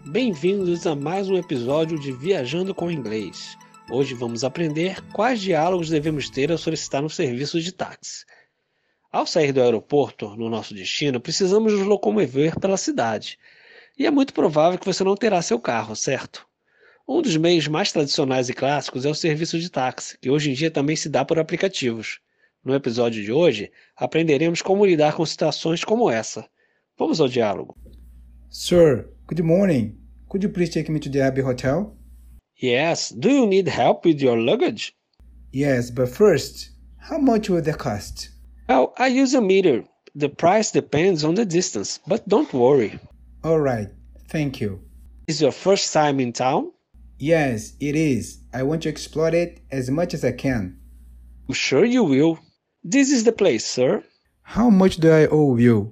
Bem-vindos a mais um episódio de Viajando com Inglês. Hoje vamos aprender quais diálogos devemos ter ao solicitar um serviço de táxi. Ao sair do aeroporto, no nosso destino, precisamos nos locomover pela cidade. E é muito provável que você não terá seu carro, certo? Um dos meios mais tradicionais e clássicos é o serviço de táxi, que hoje em dia também se dá por aplicativos. No episódio de hoje, aprenderemos como lidar com situações como essa. Vamos ao diálogo. Sir, good morning. Could you please take me to the Abbey Hotel? Yes, do you need help with your luggage? Yes, but first, how much will that cost? Well, I use a meter. The price depends on the distance, but don't worry. All right, thank you. Is your first time in town? Yes, it is. I want to explore it as much as I can. I'm sure you will. This is the place, sir. How much do I owe you?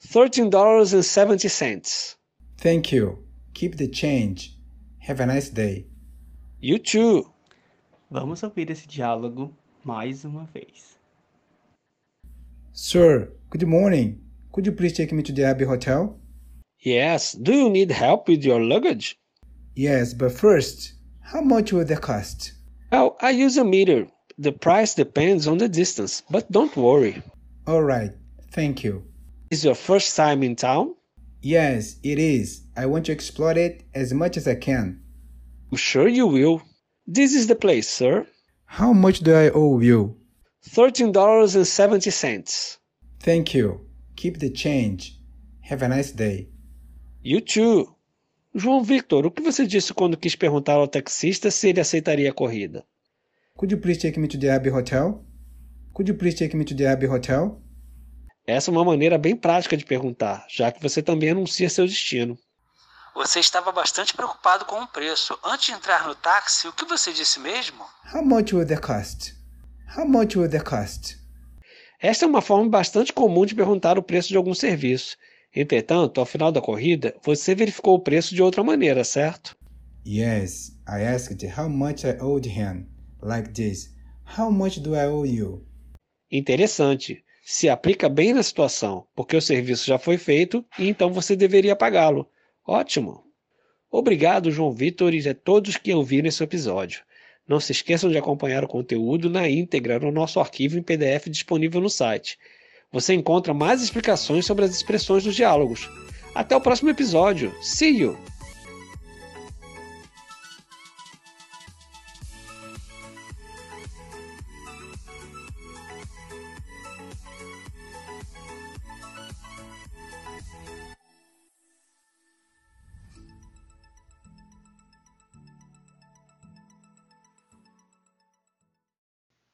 $13.70. Thank you. Keep the change. Have a nice day. You too. Vamos ouvir esse diálogo mais uma vez. Sir, good morning. Could you please take me to the Abbey Hotel? Yes, do you need help with your luggage? Yes, but first, how much will that cost? Well, I use a meter. The price depends on the distance, but don't worry. All right, thank you. Is your first time in town? Yes, it is. I want to explore it as much as I can. I'm sure you will. This is the place, sir. How much do I owe you? $13.70. Thank you. Keep the change. Have a nice day. You too. João Victor, o que você disse quando quis perguntar ao taxista se ele aceitaria a corrida? Could you please take me to the Abbey Hotel? Could you please take me to the Abbey Hotel? Essa é uma maneira bem prática de perguntar, já que você também anuncia seu destino. Você estava bastante preocupado com o preço. Antes de entrar no táxi, o que você disse mesmo? How much will that cost? How much will that cost? Esta é uma forma bastante comum de perguntar o preço de algum serviço. Entretanto, ao final da corrida, você verificou o preço de outra maneira, certo? Yes, I asked how much I owed him. Like this. How much do I owe you? Interessante. Se aplica bem na situação, porque o serviço já foi feito e então você deveria pagá-lo. Ótimo! Obrigado, João Vitor, e a todos que ouviram esse episódio. Não se esqueçam de acompanhar o conteúdo na íntegra no nosso arquivo em PDF disponível no site. Você encontra mais explicações sobre as expressões dos diálogos. Até o próximo episódio. See you!